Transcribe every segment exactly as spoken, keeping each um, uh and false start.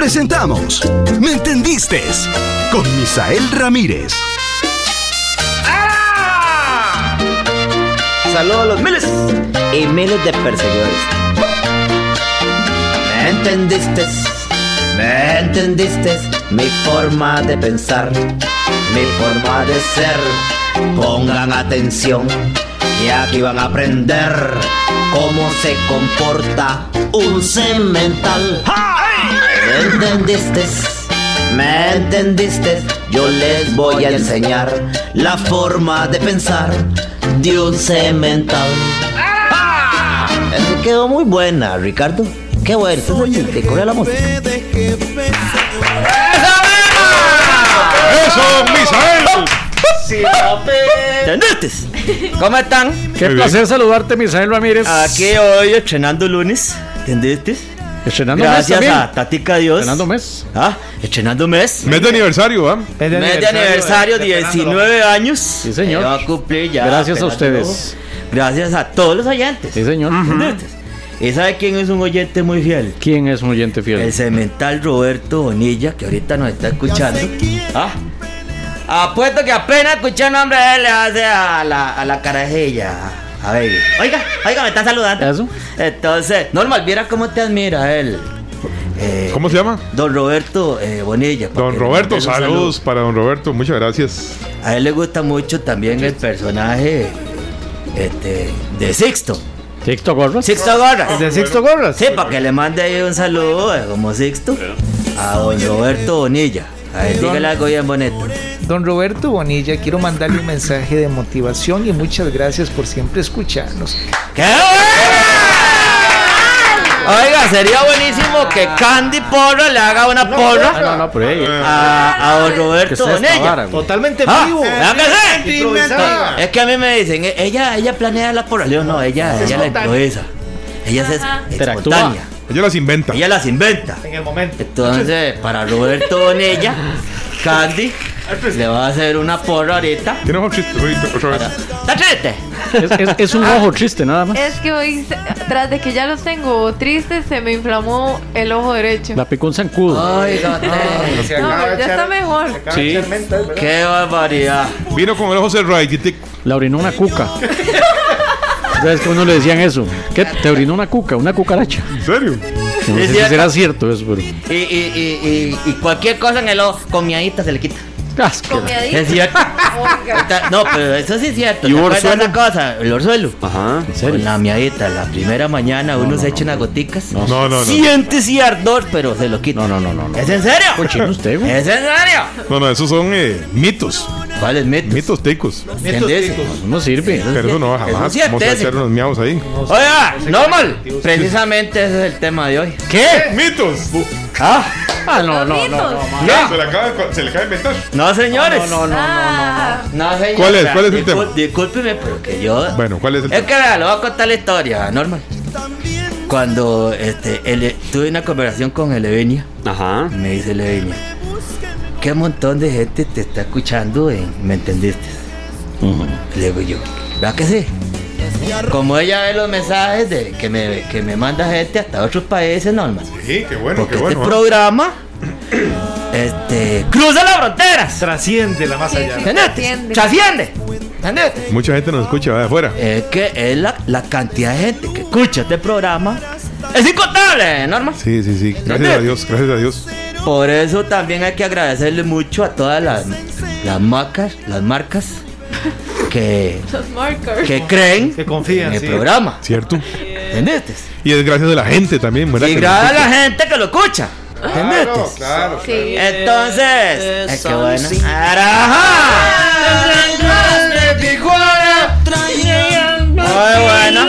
Presentamos ¿Me entendiste? Con Misael Ramírez. ¡Ah! Saludos a los miles y miles de perseguidores. ¿Me entendiste? ¿Me entendiste? Mi forma de pensar, mi forma de ser. Pongan atención, que aquí van a aprender cómo se comporta un semental. ¿Me entendiste? ¿Me entendiste? Yo les voy a enseñar la forma de pensar de un semental. Ese quedó muy buena, Ricardo. Qué bueno, te corre la música. ¡Eso, Misael! ¿Entendiste? ¿Cómo están? Qué Muy placer bien. saludarte, Misael Ramírez. Aquí hoy estrenando lunes. ¿Entendiste? Estrenando Gracias mes a también. Tatica Dios. Estrenando mes. Ah, estrenando mes. Mes de aniversario, ¿ah? Mes de aniversario, diecinueve años. Sí, señor. Se va a cumplir ya. Gracias a apenas ustedes. luego. Gracias a todos los oyentes. Sí, señor. ¿Entendiste? ¿Y sabe quién es un oyente muy fiel? ¿Quién es un oyente fiel? El cemental Roberto Bonilla, que ahorita nos está escuchando. ¿Ah? Apuesto que apenas escuché el nombre de él le hace a la, a la carajilla. A ver. Oiga, oiga, me está saludando. ¿Eso? Entonces, Normal, viera cómo te admira él. Eh, ¿Cómo se llama? Don Roberto eh, Bonilla. para Don que Roberto, le mande un saludos saludo. para don Roberto, muchas gracias. A él le gusta mucho también el personaje este, de Sixto. ¿Sixto Gorras? Sixto Gorras. ¿De Sixto Gorras? Sí, para que le mande ahí un saludo, eh, como Sixto, a don Roberto Bonilla. A ver, dígale algo bien bonito. Don Roberto Bonilla, quiero mandarle un mensaje de motivación y muchas gracias por siempre escucharnos. ¡Qué bueno! Oiga, sería buenísimo que Candy Porra le haga una Ah, porra no, no, pero ey, a, a don que Roberto sea esta Bonilla. vara, güey. Totalmente Ah, vivo. ¿verdad que sí? Improvisada. Es que a mí me dicen, "Eh, ella, ella planea la porra. Le digo, no, ella, ella la improvisa. Ella es Interactúa. espontánea. Ella las inventa. Ella las inventa. En el momento. Entonces, para Roberto Bonilla, Candy le va a hacer una porra ahorita. Tiene ojo triste, ahorita, otra vez. ¿Está triste? Es, es- es un ojo triste, nada más. Es que hoy, se- tras de que ya los tengo tristes, se me inflamó el ojo derecho. La picó un zancudo. Oiga, Se No, acaba de ya echar- está mejor. se acaba de Sí. echar menta, ¿verdad? qué barbaridad. Vino con el ojo cerrado y tic. La orinó una cuca. ¿Sabes que a uno le decían eso? ¿Qué? ¿Te orinó una cuca? ¿Una cucaracha? ¿En serio? No sé Es si cierto. será cierto eso, pero... Y, y, y, y, y cualquier cosa en el ojo, con miadita se le quita. Asqueroso. Comiadito. Es cierto. Oiga. Está- No, pero eso sí es cierto. ¿Y ¿Se hubo acuerda orzuelo? esa cosa? El orzuelo. Ajá, ¿en serio? Con la miadita, la primera mañana uno se echa unas goticas. No, No, no, no. Siente sí ardor, pero se lo quita. No, no, no, no, no. ¿Es en serio? Cochino usted, güey. ¿Es en serio? No, no, esos son eh, mitos. ¿Cuáles mitos? Mitos ticos. ¿Quién dice? No sirve. Pero eso no, Eso jamás. sí es Vamos a tesis. echar unos miaos ahí. Oiga, normal. Precisamente ese es el tema de hoy. ¿Qué? ¡Mitos! ¿Ah? Ah, no, Los no, no, mitos. no. ¿Qué? Se le acaba de, se le acaba de inventar. No, señores. No, no, no, no, no. Ah, No, señor. ¿Cuál es? Vea, ¿Cuál es el discul- tema? Discúlpeme, pero que yo. Bueno, ¿cuál es el Es tema? que vea, le voy a contar la historia, normal. Cuando este, el- tuve una conversación con Elevenia, Ajá. me dice Elevenia, ¿qué montón de gente te está escuchando? En, ¿Me entendiste? Le digo yo, ¿verdad que sí? Como ella ve los mensajes de que me, que me manda gente hasta otros países, normal. Sí, qué bueno, Porque qué bueno. este ¿ah? programa este, cruza las fronteras. Trasciende la más allá. ¿Entendiste? Trasciende. Trasciende. ¿Entendiste? Mucha gente nos escucha de afuera. Es que es la, la cantidad de gente que escucha este programa. Es incontable, Norma. Sí, sí, sí. Gracias a Dios, gracias a Dios. Por eso también hay que agradecerle mucho a todas las, las marcas, las marcas que, los markers. que creen Que confían, en el sí. programa. ¿Cierto? ¿Entendiste? Y es gracias a la gente también, ¿verdad? Y Que gracias a nos la gente que lo escucha. ¿Entendiste? claro. Sí. Entonces, es que bueno. ¡Araja! Muy bueno.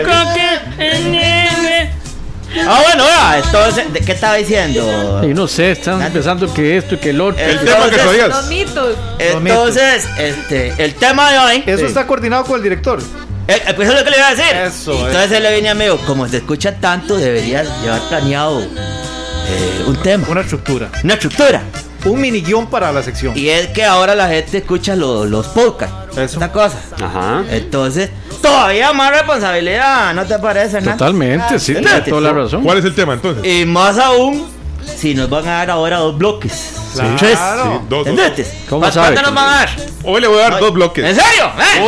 Ah, bueno, vea, entonces, ¿de qué estaba diciendo? Y no sé, están pensando que esto y que el otro. El El tema que Entonces, sabías. Los mitos. Entonces, este, el tema de hoy. Eso Sí. está coordinado con el director. Eh, eh, pues eso es lo que le iba a decir. Eso, Entonces él le viene a mí, como se escucha tanto, deberías llevar planeado eh, un tema, Una estructura. una estructura. Un mini guión para la sección. Y es que ahora la gente escucha lo- los podcasts, Eso. esta cosa. Ajá. Entonces, todavía más responsabilidad, ¿no te parece, Hernán? Totalmente, sí, tiene ¿Entendiste? toda la razón. ¿Cuál es el tema entonces? Y más aún si nos van a dar ahora dos bloques. Claro. Tres. Sí, dos, dos, ¿Entendés? ¿Cómo ¿Cuánto sabe? nos van a dar? Hoy le voy a dar dos bloques. ¿En serio? ¿Eh?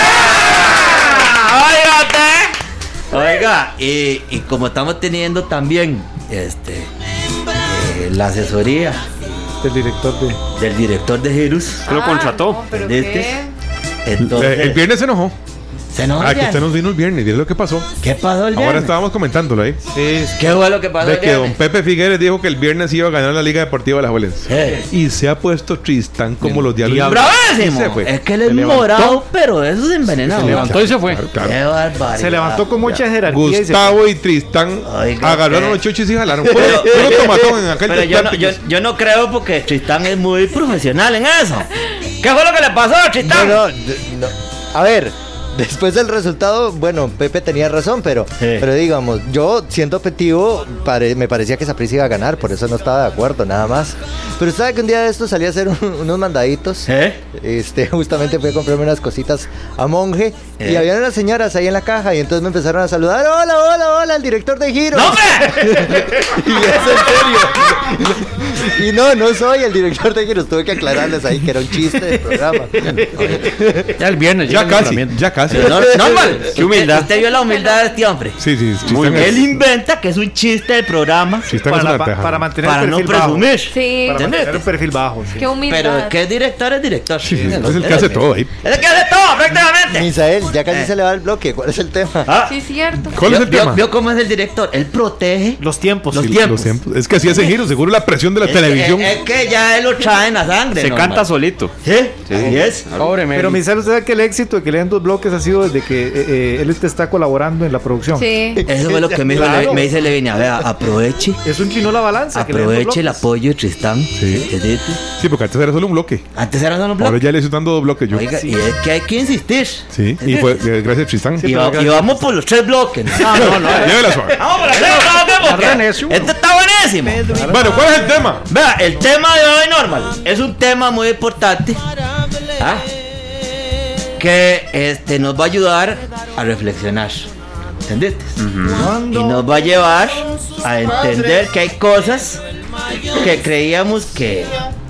¡Ah! Óigate. Oiga, y, y como estamos teniendo también este eh, la asesoría Del director de. del director de Girus, ¿Qué lo contrató? No, pero ¿Entendiste? qué. entonces Eh, el viernes se enojó. se nos Ah, que usted nos vino el viernes. ¿Y es lo que pasó? ¿Qué pasó el Ahora viernes? estábamos comentándolo ahí. Sí, ¿Qué fue lo que pasó De el que don viernes? Pepe Figueres dijo que el viernes iba a ganar la Liga Deportiva de la Juelense. Eh. Y se ha puesto Tristán como los diablos. ¡Bravísimo! Y se fue. Es que él es Se levantó. morado, pero eso es envenenado. Se levantó y se fue. Claro, claro. ¡Qué barbaridad! se levantó con mucha jerarquía. y se- Gustavo y Tristán Oiga, agarraron ¿qué? los chochos y jalaron. Puro, puro tomatón en aquel Pero yo no, desplante. yo, yo no creo porque Tristán es muy profesional en eso. ¿Qué fue lo que le pasó a No, Tristán? no, d- no. A ver, después del resultado, bueno, Pepe tenía razón, pero, Sí. pero digamos, yo siendo objetivo, pare- me parecía que Saprissa iba a ganar, por eso no estaba de acuerdo, nada más. Pero sabe que un día de estos salí a hacer un- unos mandaditos. ¿Eh? Este, justamente fui a comprarme unas cositas a Monje Eh. y había unas señoras ahí en la caja y entonces me empezaron a saludar. Hola, hola, hola, el director de Giro. ¡No, hombre! Y es en serio. Y no, no soy el director de Giros. Tuve que aclararles ahí que era un chiste del programa. Ya el viernes. Ya llega el casi, entrenamiento. ya casi. Pero no- normal. Qué humildad. Usted, usted vio la humildad de este hombre. Sí, sí, Muy Tristán bien. Él es, inventa que es un chiste del programa Tristán es para, una pa- teja. para mantener para el no perfil bajo. presumir. Sí. Para mantener un ¿Entendés? perfil bajo. sí. Qué humildad. Pero que es director, es director. Sí, sí, es el que hace todo ahí. Es el que hace todo, prácticamente. Misael, ya casi Eh. se le va el bloque. ¿Cuál es el tema? Ah, Sí, cierto. ¿Cuál es ¿Vio, el vio- tema? vio cómo es el director? Él protege Los tiempos. Los Sí, tiempos. los tiempos. Es que así hace Giro, seguro la presión de la Es televisión. Que, es, es que ya él lo trae en la sangre. Se normal. canta solito. ¿Sí? Así es. Pobre Meli. Pero Misael, usted sabe que el éxito de que le den dos bloques ha sido desde que eh, eh, él te está colaborando en la producción. Sí. Eso fue lo que me, dijo, Claro. Le- me dice Levinia. Vea, aproveche. Eso inclinó la balanza. que le den dos Aproveche el bloques. apoyo de Tristán. Sí. ¿Entendiste? Sí, porque antes era solo un bloque. Antes era solo un Ahora bloque. ya le estoy dando dos bloques yo. Oiga, y es que hay que insistir. Sí, y fue eh, gracias a Tristán. y, va- y vamos por los tres bloques. No, no, no. Llévela suave. Vamos por los tres bloques porque Arre necio. este está buenísimo. Bueno, ¿cuál es el tema? Vea, el tema de hoy, normal, es un tema muy importante. ¿Ah? Que este, nos va a ayudar a reflexionar. ¿Entendiste? Y nos va a llevar a entender que hay cosas que creíamos que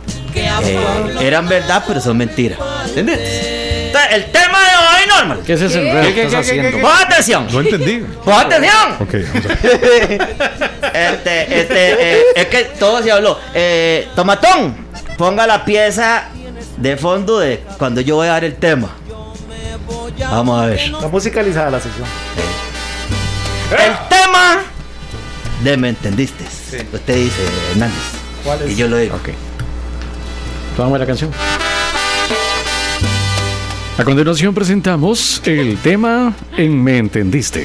eh, eran verdad, pero son mentiras. ¿Entendiste? Entonces, el tema de hoy, normal. ¿Qué es ese enredo que estás haciendo? Pon atención. No entendí. Pon atención. Ok, vamos a ver. Este, este, eh, es que todo se habló. Eh, Tomatón, ponga la pieza de fondo de cuando yo voy a dar el tema. Vamos a ver. Está musicalizada la sección. El tema de ¿me entendiste? Usted dice, Hernández. ¿Cuál es? Y yo lo digo. Ok. Vamos a la canción. A continuación presentamos el tema en Me Entendiste.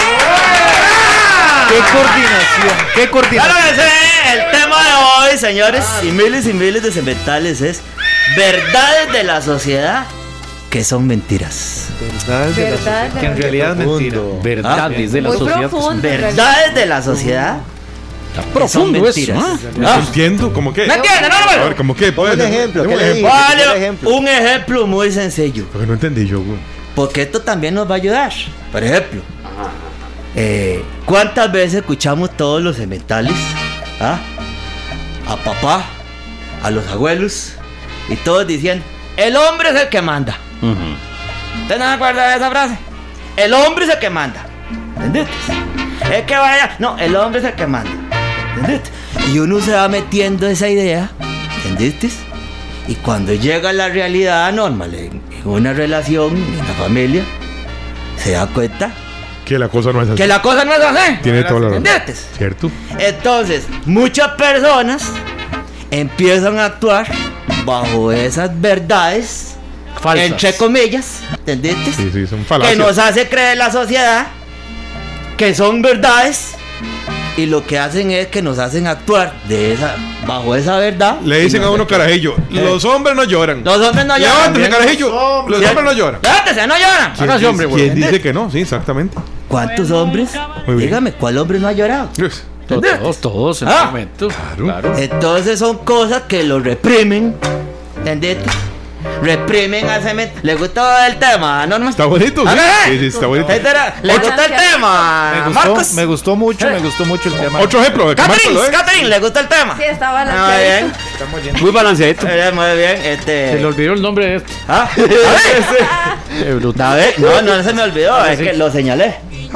¡Qué coordinación! ¡Qué coordinación! Claro que sí, el tema de hoy, señores, y miles y miles de cementales es verdades de la sociedad que son mentiras. Verdades de la Verdad, sociedad, que en de- realidad es mentira. Verdades de la Muy sociedad. profundo. en realidad. Verdades de la sociedad Está que son profundo eso. mentiras. ¿Ah? No Ah, entiendo, ¿cómo que? ¿Me entiende, no, A ver, hermano? ¿cómo que? Ponga un Puede- ejemplo, deme ¿qué un le dije? ejemplo. Vale, Un ejemplo. un ejemplo muy sencillo. Porque no entendí yo, güey. Porque esto también nos va a ayudar. Por ejemplo, eh, ¿cuántas veces escuchamos todos los cementales? ¿Ah? A papá, a los abuelos, y todos diciendo, el hombre es el que manda. Ujú. ¿Usted no se acuerda de esa frase? El hombre es el que manda. ¿Entendiste? Es que vaya. No, el hombre es el que manda. ¿Entendiste? Y uno se va metiendo esa idea. ¿Entendiste? Y cuando llega a la realidad normal, en, en una relación, en la familia, se da cuenta Que la cosa no es así. que la cosa no es así. Tiene toda la razón. ¿Entendiste? ¿Cierto? Entonces, muchas personas empiezan a actuar bajo esas verdades, Falsas. entre comillas, ¿entendiste? Sí, sí, son Que falacias. nos hace creer la sociedad que son verdades y lo que hacen es que nos hacen actuar de esa, bajo esa verdad. Le dicen Y a nos uno hacen- carajillo, los hombres no lloran. Los hombres no lloran. Levántese, carajillo, los ¿Sí? hombres no lloran. Levántese, no lloran. ¿Quién, Hágase hombre, dice, güey. quién dice que no? Sí, exactamente. ¿Cuántos hombres? Muy bien. Dígame, ¿cuál hombre no ha llorado? Yes. Todos, todos en Ah. un momento. Claro. Claro. Entonces son cosas que lo reprimen, ¿entendés? reprimen al cemento. ¿Le gustó el tema, Norma? Está bonito, sí. A ver. Sí, sí, está bonito. Etcétera. ¿Le Ocho. gustó el tema, Me gustó, Marcos? me gustó mucho, me gustó mucho el tema. Otro ejemplo de que Marcos Catherine, lo ve. Catherine, ¿le gustó el tema? Sí, estaba Muy balanceadito. bien. Estamos yendo. Muy balanceadito. Muy bien, muy bien. Este... Se le olvidó el nombre de este. Ah, a ver. Eh, brutal. David, no, no se me olvidó, es que lo señalé.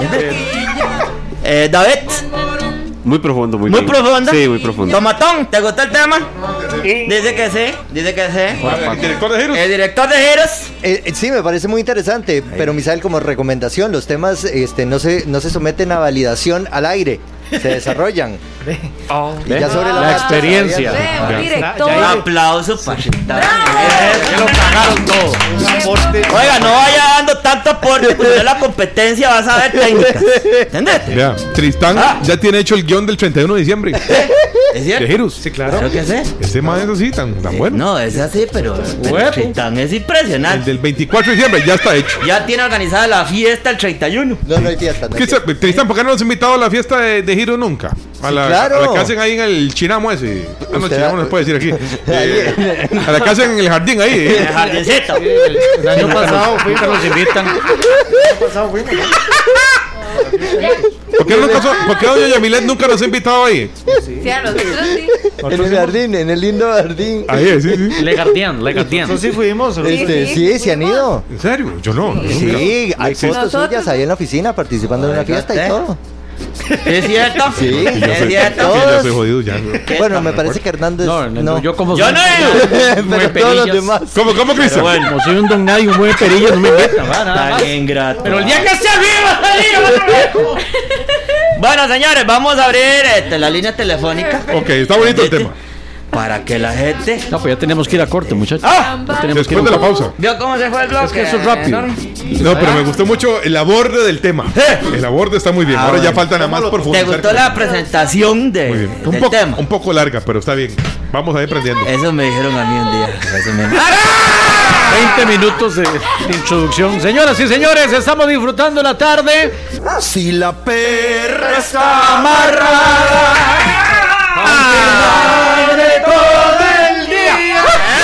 Eh, David, Muy profundo, muy muy profundo. profundo. Sí, muy profundo. Tomatón, ¿te gustó el tema? Dice que sí, dice que sí. El director de giros. El director de giros. Eh, eh, sí, me parece muy interesante, pero Misael, como recomendación, los temas este, no, se, no se someten a validación al aire, se desarrollan. Y ya sobre la, La marcha, experiencia. sabía- Veo, director. Un aplauso para Que lo cagaron todo. Un aporte. Oiga, no vaya dando tanto aporte, porque no es la competencia, vas a ver técnicas. ¿Entendés? Vea, Tristán Ah. ya tiene hecho el guión del treinta y uno de diciembre. ¿Es cierto? De giros. Sí, claro. Creo que sí. Ese man es así, tan, tan bueno. No, es así, pero, pero Huevo. Tristán es El impresionante. del veinticuatro de diciembre ya está hecho. Ya tiene organizada la fiesta el treinta y uno. No, no hay fiesta. No hay ¿Qué fiesta. se- Tristán, ¿por qué no nos has invitado a la fiesta de, de giro nunca? A la, claro. a la que hacen ahí en el Chinamo ese. Ah, no, Usted- Chinamo no se puede decir aquí. Eh, a la que hacen en el jardín ahí. El eh. jardincito. El año pasado fui que nos invitan. ¿Por qué, nunca son- por qué doña Yamilet nunca nos ha invitado ahí? Sí, a nosotros sí. En el jardín, en el lindo jardín. Ahí, es, sí, sí. Le Guardian, Le Guardian. Nosotros sí fuimos. Este, sí, sí, sí, se han fuimos. ido. ¿En serio? Yo no. nunca. Sí, hay fotos Nosotros- suyas ahí en la oficina participando en una Oiga, fiesta y usted. todo. ¿Es cierto? Sí, Y yo ¿Es soy, cierto? sí, yo soy jodido ya. Bueno, me parece que Hernández No, no, no. yo como Yo soy- no he ido. Pero todos los demás. ¿Cómo, cómo, Cristian? Como soy un don nadie, un buen perillo, no me invitan, va, nada más. Tan ingrato. Pero el día que se arriba, Bueno, señores, vamos a abrir este, la línea telefónica Ok, está bonito el tema. para que la gente. No, pues ya tenemos que ir a corte, muchachos. ¡Ah! Ya tenemos que ir Después de a la un- pausa. ¿Vio cómo se fue el bloque? Es que eso es rápido. ¿no? No, pero me gustó mucho el aborde del tema. El aborde está muy bien. Ah, Ahora ya bueno. falta nada más ¿Te profundizar. gustó la presentación de, Muy bien. Un del poco, tema? un poco larga, pero está bien. Vamos a ir aprendiendo. Eso me dijeron a mí un día. Eso me... veinte minutos de, de introducción. Señoras y señores, estamos disfrutando la tarde. Si la perra Está amarrada. De todo el día.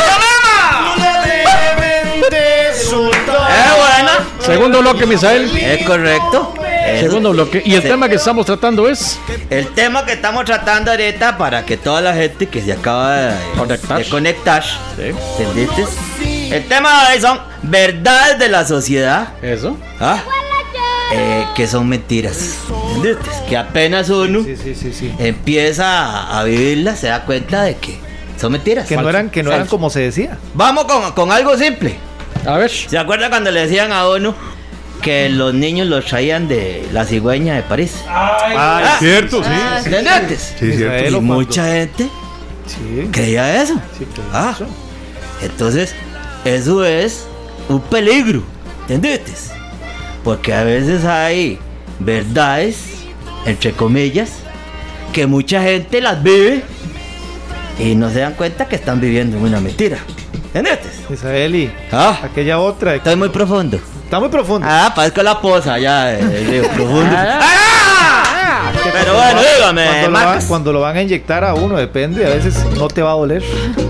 ¡Eso, ¡Es buena! Segundo bloque, Misael. Es correcto. Eso. Segundo bloque. Y el Sí. tema que estamos tratando es. El tema que estamos tratando ahorita para que toda la gente que se acaba de Conectar. de conectar, ¿entendiste? El tema de hoy son verdades de la sociedad, Eso. ¿ah? Eh, que son mentiras, ¿entendiste? Que apenas uno Sí, sí, sí, sí. empieza a, a vivirlas, se da cuenta de que son mentiras. Que no eran, que no eran Falso. como se decía. Vamos con, con algo simple. A ver. ¿Se acuerda cuando le decían a uno que los niños los traían de la cigüeña de París? Ah, cierto, sí. Ah, Sí, ¿Entendiste? sí, cierto. Israel. Y lo mucha gente Sí. creía eso. Sí, claro. Ah, entonces, eso es un peligro, ¿entendiste? Porque a veces hay verdades, entre comillas, que mucha gente las vive y no se dan cuenta que están viviendo en una mentira, ¿entendiste? Isabel y Ah, aquella otra. estoy muy profundo. Está muy profundo. Ah, parezco la poza ya del río profundo. ¡Ah! Que Pero cuando bueno, lo va- dígame, Cuando lo, van, Marcos. cuando lo van a inyectar a uno, depende. A veces no te va a doler.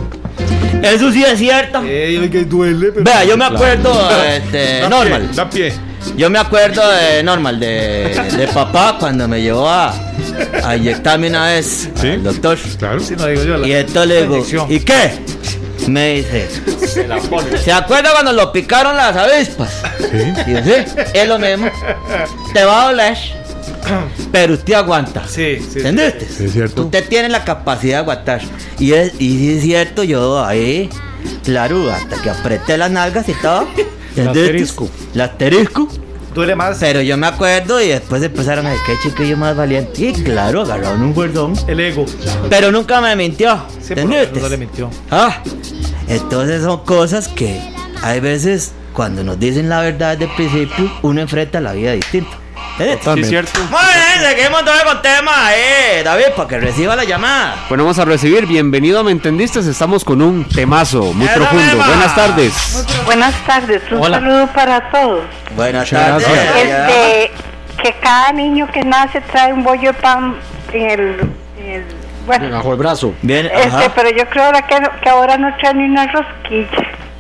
Eso sí es cierto. Eh, que duele, pero. Vea, yo me acuerdo, este, Da normal. pie, da pie. Yo me acuerdo de normal, de, de papá cuando me llevó a, a inyectarme una vez Sí. al doctor. Claro. Sí, no digo yo. la- Y entonces le la digo, inyección. ¿y qué? Me dice, ¿se acuerda cuando lo picaron las avispas? Sí. Y yo, sí, es lo mismo. Te va a doler, pero usted aguanta. Sí, sí, sí. ¿Entendiste? Sí, es cierto. Usted tiene la capacidad de aguantar. Y es, y sí es cierto, yo ahí, claro, hasta que apreté las nalgas y todo. ¿entendiste? asterisco. El asterisco. Duele más Pero yo me acuerdo y después empezaron a decir, qué chiquillo más valiente. Y claro, agarraron un guardón. el ego. Pero nunca me mintió. Sí, por lo menos ¿Entendiste? no le mintió. Ah, entonces son cosas que hay veces cuando nos dicen la verdad desde el principio, uno enfrenta la vida distinto. ¿Entendiste? Sí, cierto. Muy bien, seguimos todo con tema, eh, David, para que reciba la llamada. Bueno, vamos a recibir. Bienvenido a ¿Me entendiste? Estamos con un temazo muy ¡Eso profundo. mismo! Buenas tardes. Buenas tardes, un Hola. saludo para todos. Buenas Muchas tardes. gracias. Este, que cada niño que nace trae un bollo de pan en el, en el- bueno, Bajo el brazo. Bien, este, ajá. pero yo creo ahora que, que ahora no trae ni una rosquilla.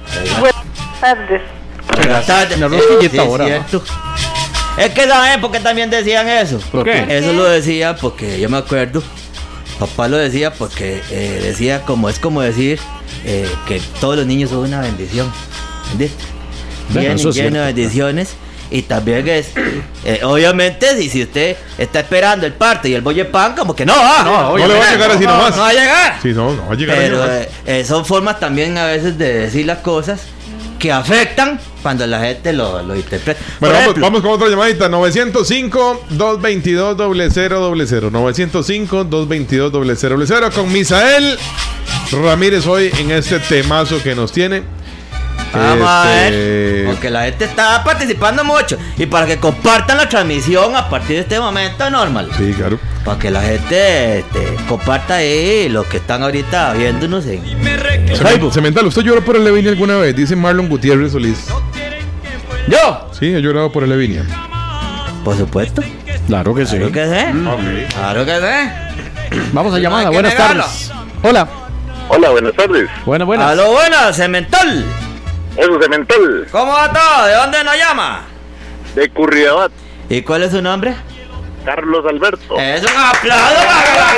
Buenas tardes. Buenas tardes. La Eh, rosquillita sí, es ahora, cierto. Es que saben por qué también decían eso. ¿Por qué? Eso lo decía porque yo me acuerdo. Papá lo decía porque eh, decía como es como decir eh, que todos los niños son una bendición. ¿Entendiste? Bueno, Vienen eso es llenos de cierto. bendiciones. Y también es, eh, obviamente, si, si usted está esperando el parto y el bollo de pan, como que no va. No, no le va a llegar así no, nomás. No va a llegar. Sí, no, no va a llegar así Pero nomás. eh, eh, son formas también a veces de decir las cosas que afectan cuando la gente lo, lo interpreta. Bueno, Por vamos, ejemplo, vamos con otra llamadita. nueve cero cinco, dos dos dos, cero cero cero cero. nueve cero cinco, dos dos dos, cero cero cero. Con Misael Ramírez hoy en este temazo que nos tiene. vamos a Este, ver, porque la gente está participando mucho. Y para que compartan la transmisión a partir de este momento normal. Sí, claro. Para que la gente este, comparta ahí los que están ahorita viéndonos en Cemen- Cemental, ¿usted lloró por el Levinia alguna vez? Dice Marlon Gutiérrez Solís. ¿Yo? Sí, he llorado por el Levinia. Por supuesto. Claro que sí. Claro que sé. Ok. Claro que sé. Vamos a No llamada. hay que Buenas negarlo. tardes. Hola. Hola, buenas tardes. Buenas, buenas. A lo bueno, Cemental. Eso, Cemental, ¿Cómo va todo? ¿De dónde nos llama? de Curridabat, ¿Y cuál es su nombre? Carlos Alberto. Es un aplauso para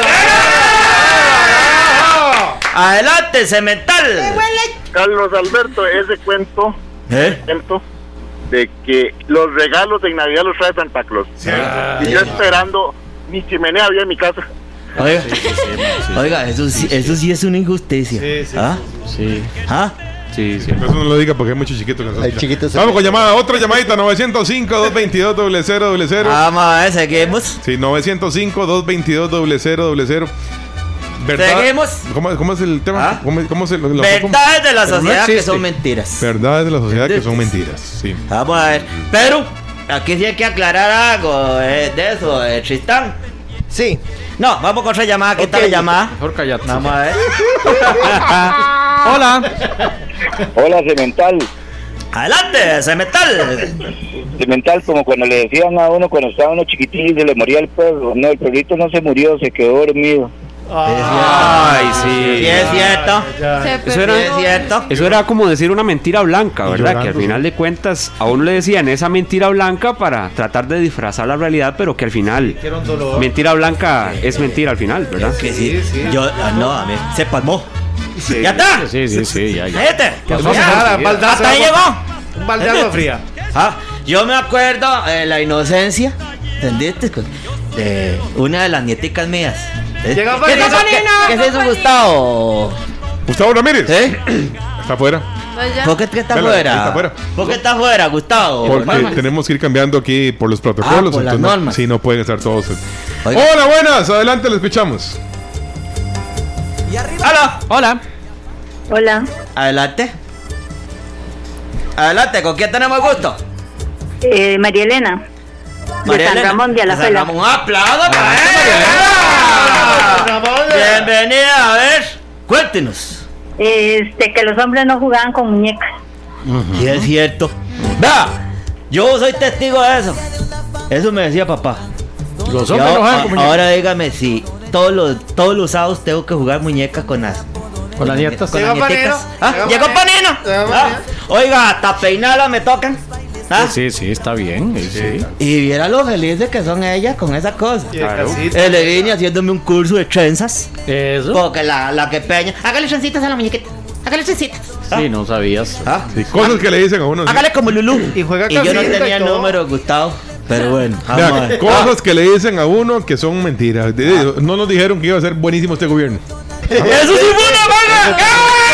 Adelante, Cemental. Carlos Alberto, ese cuento, ¿Eh? cuento de que los regalos en Navidad los trae Santa Claus. Y yo esperando mi chimenea había en mi casa. Oiga, oiga, eso sí, eso sí es una injusticia. Sí, sí, ¿Ah? Sí, ¿Ah? sí, sí. Eso no lo diga porque hay muchos chiquitos que nos Hay escuchan. chiquitos. Vamos con llamada, otra llamadita, nueve cero cinco, dos dos dos, cero cero cero cero. Vamos a ver, seguimos. Sí, nueve cero cinco, dos dos dos, cero cero cero. ¿Verdad? Seguimos. ¿Cómo, cómo es el tema? ¿Ah? ¿Cómo, cómo se lo, lo- Verdades de la Pero no sociedad que existe. son mentiras. Verdades de la sociedad que son ¿Entiendes? mentiras. Sí. Vamos a ver. Pero, aquí sí hay que aclarar algo eh, de eso, eh, Tristán. Sí. No, vamos con otra llamada. ¿Qué Ok. tal la llamada? Mejor cállate. Vamos a ver. Hola. Hola, Cemental. Adelante, Cemental. Cemental, como cuando le decían a uno cuando estaba uno chiquitillo y se le moría el perro. No, el perrito no se murió, se quedó dormido. Ay, sí. Sí, es cierto. Se Eso era- Sí, perdió. es cierto. Eso era como decir una mentira blanca, Y ¿verdad? llorando, Que al sí. final de cuentas a uno le decían esa mentira blanca para tratar de disfrazar la realidad, pero que al final Que era un dolor. mentira blanca es mentira al final, ¿verdad? Que sí. Sí, sí. Yo, ah, no, a mí se palmó. ¡Ya está! Sí, sí, sí, ya, ya. ¡Cállate! No Ya. pasa nada, un baldazo ¡Hasta ahí de agua- llegó! Un balde de agua fría. Ah, yo me acuerdo de la inocencia, ¿entendiste? De una de las nieticas mías. ¿Eh? Llega ¿Qué es eso, Fanny. ¿Qué- qué es eso, Gustavo? Gustavo Ramírez. ¿Eh? Está afuera. No, ya. ¿Por qué está Vela, fuera? está fuera. ¿Por qué está fuera, Gustavo? Porque tenemos que ir cambiando aquí por los protocolos. Ah, por las entonces no- normas. sí, no pueden estar todos. Oiga. Hola, buenas. Adelante, lo escuchamos. ¡Hola! Hola. Hola. Adelante. Adelante, ¿con quién tenemos el gusto? Eh, María Elena. De San Ramón de San Alajuela. Ramón, un aplauso para ella. Bienvenida, a ver, cuéntenos. Este, que los hombres no jugaban con muñecas. Y es cierto. Vea, yo soy testigo de eso. Eso me decía papá. Los Y hombres no ahora, juegan con muñecas. ahora dígame si todos los, todos los sábados tengo que jugar muñecas con las Con las nietas. Con las Llegó nieticas. Panino, Ah, llegó llegó Panino, Panino. llegó Ah, Panino. oiga, hasta peinarla me tocan. ¿Ah? Sí, sí, está bien. Sí, sí. Y viera lo felices que son ellas con esas cosas. Y de casita. Eh, le vine haciéndome un curso de trenzas. Eso. Porque la, la que peña. Hágale trencitas a la muñequita. Hágale trencitas. ¿Ah? Sí, no sabías. ¿Ah? Sí, cosas que le dicen a uno. sí. Hágale como Lulú. Y juega yo no casita tenía y el todo. número, Gustavo. Pero bueno, vamos Vea, a ver. cosas que le dicen a uno que son mentiras. De- de- No nos dijeron que iba a ser buenísimo este gobierno. ¡Eso sí fue una vaga!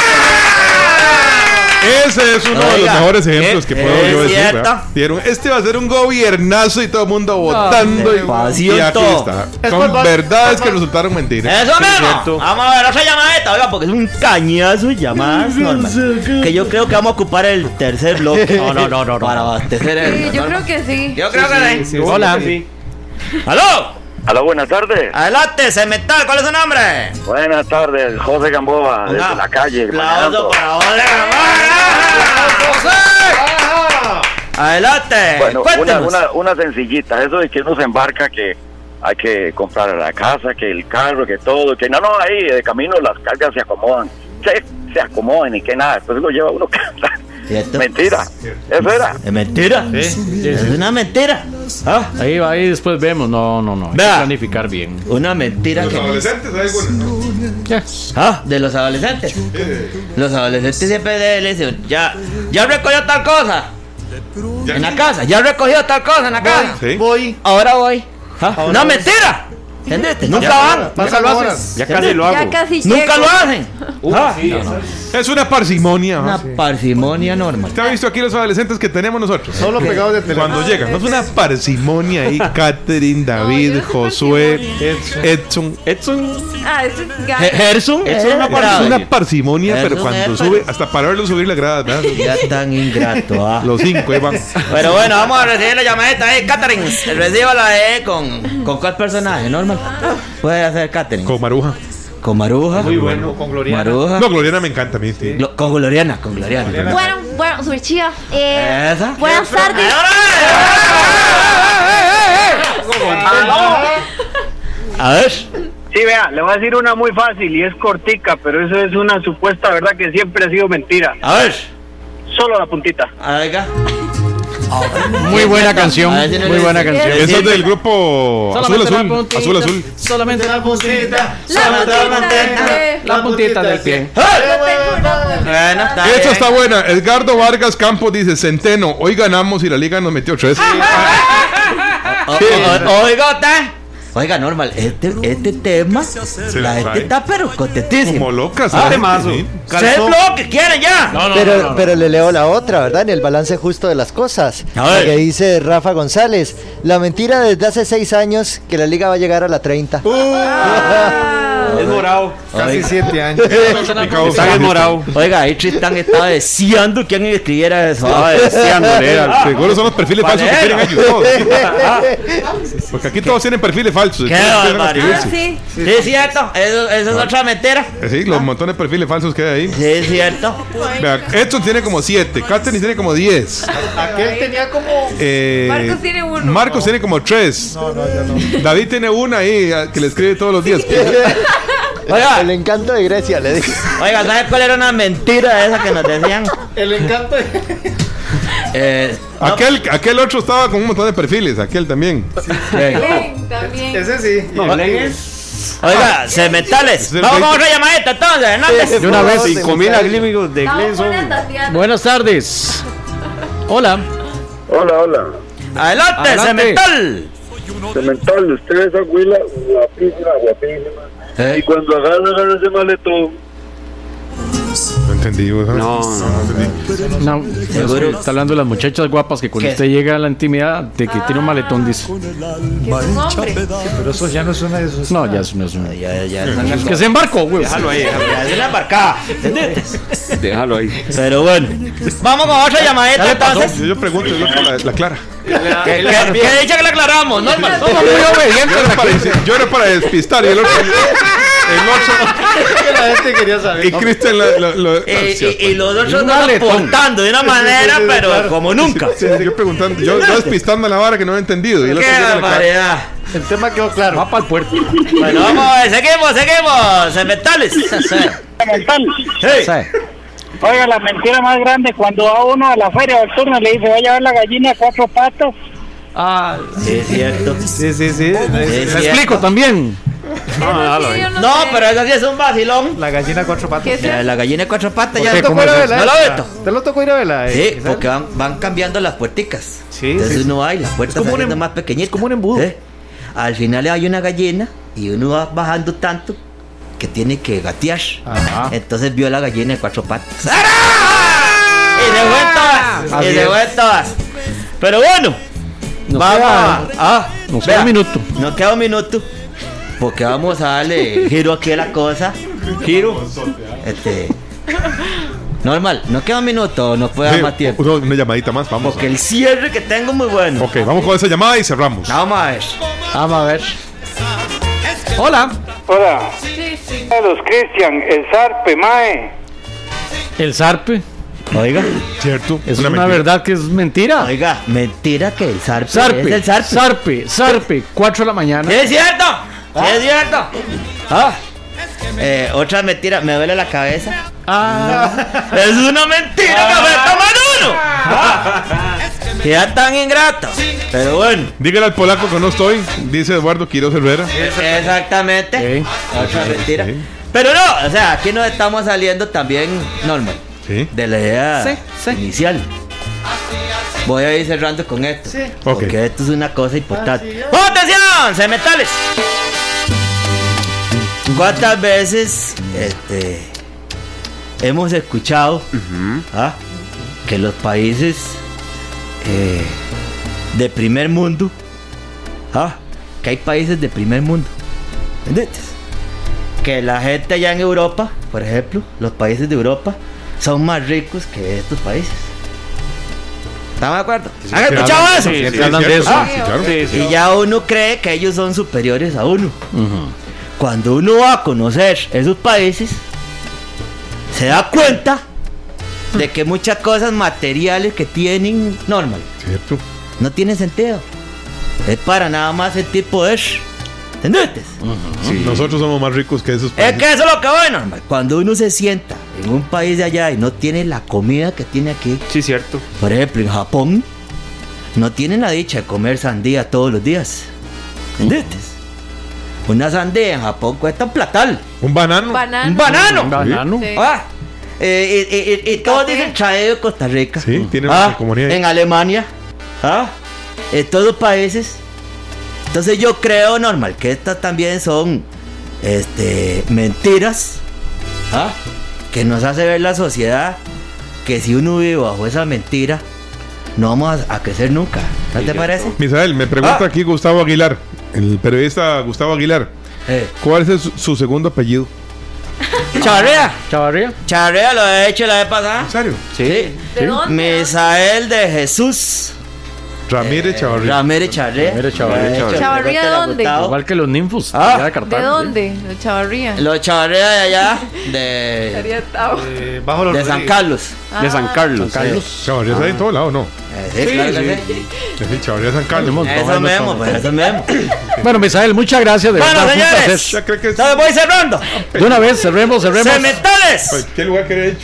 Ese es uno de los Oiga, mejores ejemplos que es puedo yo decir. cierto. ¿verdad? Dieron, este va a ser un gobiernazo y todo el mundo votando. y, pasión y aquí todo. está. Es Son por- verdades por- que resultaron mentiras. ¡Eso Sí, es mismo! cierto. Vamos a ver otra llamadita, oiga, porque es un cañazo de llamadas normal. Que yo creo que vamos a ocupar el tercer bloque. No, no, no, no, no. Para abastecer el. Sí, yo creo que sí. Yo creo que sí. Hola. ¡Aló! Hola, buenas tardes. Adelante, Cemental, ¿cuál es su nombre? Buenas tardes, José Gamboa, desde la calle. Aplauso manejando. para José Gamboa. Adelante, Bueno, una, cuéntenos. una, una sencillita, eso de que uno se embarca que hay que comprar la casa, que el carro, que todo, que no, no, ahí de camino las cargas se acomodan. Se, se acomoden y que nada, después lo lleva uno a cantar. ¿Cierto? Mentira, eso era. ¿Es mentira? Sí, sí, Es sí. una mentira. Ah, Ahí, ahí después vemos. No, no, no. Hay que Vea. planificar bien. una mentira Los que... adolescentes, hay algunos. Ya. Ah, de los adolescentes. Los adolescentes siempre le dicen, ya, ya recogió tal cosa. Ya. En la casa, ya recogió tal cosa en la casa. Sí. Voy. Ahora voy. Ah, no, mentira. ¿Entendiste? Nunca van. Pasa Nunca lo ahora. hacen. Ya casi lo hago. Ya casi Nunca llego. lo hacen. Ah, Es una parsimonia. una ¿no? parsimonia normal. ¿Usted ha visto aquí los adolescentes que tenemos nosotros? Solo pegados de teléfono. Cuando llegan, no es una parsimonia ahí. Catherine, David, No, yo no soy Josué, Edson. Edson. Edson. Ah, eso es gato. Ge- Gerson, Eso es una eh, Es grave. una parsimonia, Eso pero es cuando una sube, hasta para verlo subir la grada, ¿verdad? Ya tan ingrato, ah. Los cinco, ahí van. Pero bueno, vamos a recibir la llamadita ahí, Catherine. Recíbala eh, con, con cuál personaje, normal. Puede hacer Catherine. Con Maruja. Con Maruja. Muy bueno, con Gloriana. Maruja. No, Gloriana me encanta a mí, sí. Glo- con Gloriana, con Gloriana. Bueno, bueno, súper chiva. Eh, Esa. buenas tardes. A ver. Sí, vea, le voy a decir una muy fácil y es cortica, pero eso es una supuesta verdad que siempre ha sido mentira. A ver. Solo la puntita. Oiga. Muy buena canción. A ver si no Muy le buena dice. canción. Eso es del grupo Azul Solamente la Azul. puntita, Azul Azul. Solamente la puntita. La puntita de- La puntita del pie. Yo tengo una puntita. Bueno, está Esta bien. está buena. Edgardo Vargas Campos dice: Centeno, hoy ganamos y la liga nos metió tres. O- o- o- Oiga, usted. Oiga, normal, este, este tema, la gente trae. está pero contentísima. Como locas. Ah, ¿sabes? temazo. Sí. ¡Se lo que quieren ya! No, no, Pero, no, no. pero le leo la otra, ¿verdad? En el balance justo de las cosas. A ver. La que dice Rafa González. La mentira desde hace seis años que la liga va a llegar a la treinta. Es morado. Casi Oiga. siete años. Está bien morado. Oiga, ahí Tristan estaba deseando que alguien escribiera eso. Estaba deseándole. era- Seguro son los perfiles ¿Cuál falsos que era? tienen ellos todos. Porque aquí todos tienen perfiles falsos. Qué entonces empiezan a barbaridad. Ah, escribirse. sí. Sí, es cierto, eso, eso es otra mentira. Eh, Sí, los montones de perfiles falsos que hay ahí. Sí, es cierto. Vea, Edson tiene como siete, Catherine tiene como diez. Aquel tenía como. Eh, Marcos tiene uno. Marcos tiene como tres. No, no, ya no. David tiene una ahí a- que le escribe todos los días. Oiga, El encanto de Grecia, le dije. oiga, ¿sabes cuál era una mentira esa que nos decían? El encanto de. Eh, no, Aquel, aquel otro estaba con un montón de perfiles, aquel también. eh, Bien, también. Ese sí. No, leen. Oiga, cementales. Es el Vamos con veinte. otra llamadita entonces, Hernández. De una vez. Cinco mil agrímicos de Estamos Glenson. buenas, Tatiana. Buenas tardes. Hola. Hola, hola. Adelante, Adelante. cemental. Cemental, ustedes esa huila guapísima, guapísima. Eh. Y cuando agarran, agarran ese maletón. No entendí. ¿no? No, no. No, Seguro. está hablando de las muchachas guapas que cuando ¿Qué? usted llega a la intimidad de que tiene un maletón dice. Que es un hombre. Pero eso ya no es una de sus. No, ya es no es un- Ya, ya, ya. que se embarcó, güey. Déjalo ahí, déjalo Ya es una embarcada. ¿Entendiste? ahí. Déjalo ahí. Pero bueno, vamos con otra llamadita entonces. Yo, yo pregunto, yo por la, la Clara. Que, que, que dicha que la aclaramos, ¿no, hermano? Somos muy obedientes. Yo era para, yo era para despistar y el otro. El otro. Que la gente quería saber. Y Cristian lo. lo, lo- Y, y, y los otros Un nos maletón. aportando de una manera, sí, sí, pero claro. como nunca. Sí, yo preguntando, yo, yo despistando la vara que no he entendido. Y el ¡Qué otro llega a la Clara. barbaridad! El tema quedó claro. Va para el puerto. Bueno, vamos a ver, seguimos, seguimos. Cementales. Cemental. Sí. Oiga, la mentira más grande, cuando va uno a la feria del turno le dice, vaya a ver la gallina de cuatro patas. Ah, sí, es cierto. Sí, sí, sí. Es Me cierto. explico también. Eso sí, yo No, sé. pero eso sí es un vacilón. La gallina cuatro patas. ¿Qué es Eh, La gallina de cuatro patas ya qué? ¿Te tocó ¿Cómo ir a es verla? eso? ¿No lo ves, to? ¿Te lo tocó ir a verla? eh, Sí, Isabel? porque van, van cambiando las puerticas. Sí, Entonces sí, uno va y las puertas como un saliendo em- más pequeñitas. es como un embudo. Sí. Al final hay una gallina y uno va bajando tanto que tiene que gatear. Ajá. Entonces vio a la gallina de cuatro patas. Y se fue todas. Así Y se es. fue todas. Pero bueno, Nos vamos queda- a. Ah, nos vea, queda un minuto. Nos queda un minuto. Porque vamos a darle giro aquí a la cosa. Giro. Este. Normal, nos queda un minuto, nos puede dar Sí, más tiempo. una, una llamadita más, vamos. Porque el cierre que tengo es muy bueno. Ok, vamos con esa llamada y cerramos. Vamos a ver. Vamos a ver. Hola. Hola, Sí, sí. Carlos Cristian, el zarpe, mae. El zarpe. Oiga, Cierto. Es una, mentira. verdad que es mentira. oiga, mentira que el zarpe, Zarpe. es el zarpe. Zarpe. Zarpe. cuatro de la mañana. ¿Sí es cierto? ¿Sí es cierto? Ah. Eh, otra mentira, me duele la cabeza. Ah. Es una mentira que afecta más de uno. Ah. Ya tan ingrato. Pero bueno. Dígale al polaco que no estoy, dice Eduardo Quiroz Herrera. Exactamente. Sí. Otra Sí, mentira. sí. Pero no, o sea, aquí nos estamos saliendo también normal. Sí. De la idea Sí, sí. inicial. Voy a ir cerrando con esto. Sí. Porque Ok. esto es una cosa importante. ¡Oh, atención! ¡Cementales! ¿Cuántas veces este, hemos escuchado ¿ah? que los países eh, de primer mundo, ¿ah? que hay países de primer mundo, ¿entiendes? Que la gente allá en Europa, por ejemplo, los países de Europa, son más ricos que estos países? ¿Estamos de acuerdo? Sí, ¿Han sí, escuchado sí, eso? sí, Siempre sí, hablan es de cierto, eso. sí, claro. Sí, sí. Y ya uno cree que ellos son superiores a uno. Ujú. Cuando uno va a conocer esos países, se da cuenta de que muchas cosas materiales que tienen normal Cierto. no tienen sentido. Es para nada más sentir poder. ¿Entendés? Sí. Nosotros somos más ricos que esos Es países. que eso es lo que voy, normal. Cuando uno se sienta en un país de allá y no tiene la comida que tiene aquí, Sí, cierto. por ejemplo, en Japón, no tienen la dicha de comer sandía todos los días. ¿Entendés? Una sandía en Japón cuesta un platal. Un banano. Banano. Un banano. Un banano. Sí. Ah, eh, eh, eh, eh, y todos Café. dicen traído de Costa Rica. Sí, tiene Ah, mucha comunidad. en Alemania. Ah, en todos los países. Entonces yo creo, normal, que estas también son este, mentiras, ¿ah? que nos hace ver la sociedad que si uno vive bajo esa mentira, no vamos a, a crecer nunca. ¿No te parece? Misael, me pregunta Ah. aquí Gustavo Aguilar, el periodista Gustavo Aguilar. Eh, ¿Cuál es su, su segundo apellido? Chavarría. Chavarría. Chavarría lo he hecho la vez pasada. ¿En serio? Sí. ¿De dónde? Misael de Jesús Ramírez Chavarría. Ramírez Chavarría. Ramírez Chavarría. Lo he hecho, ¿Chavarría creo que le ha dónde? gustado. Igual que los ninfos. Ah. allá de Cartago, ¿De ¿sí? dónde? De Chavarría. Los Chavarría de allá, de, Estaría Tao. Eh, bajo los de San Carlos. De San Ah. Carlos. San Carlos. Chavarría está en todo lado, ¿no? Eh, sí, claro que sí. Sí, Chavarría San Carlos. montón. Eso Bueno, mismo, pues eso mismo. Bueno, Misael, muchas gracias. De Bueno, verdad, fue un señores. placer. Ya creo que es... Entonces voy cerrando. De una vez, cerremos, cerremos. Cementales. Pues, ¿qué lugar que he hecho?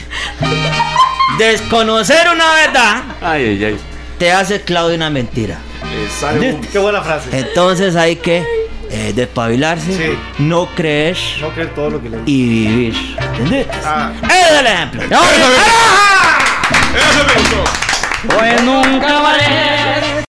Desconocer una verdad Ay, ay, ay. te hace esclavo de una mentira. Qué buena frase. Entonces hay que eh, despabilarse, Sí. no creer No creer todo lo que le y vivir. ¿Entendés? Ah. Ese es el ejemplo. Eso me- Eso me gustó. Pues nunca vale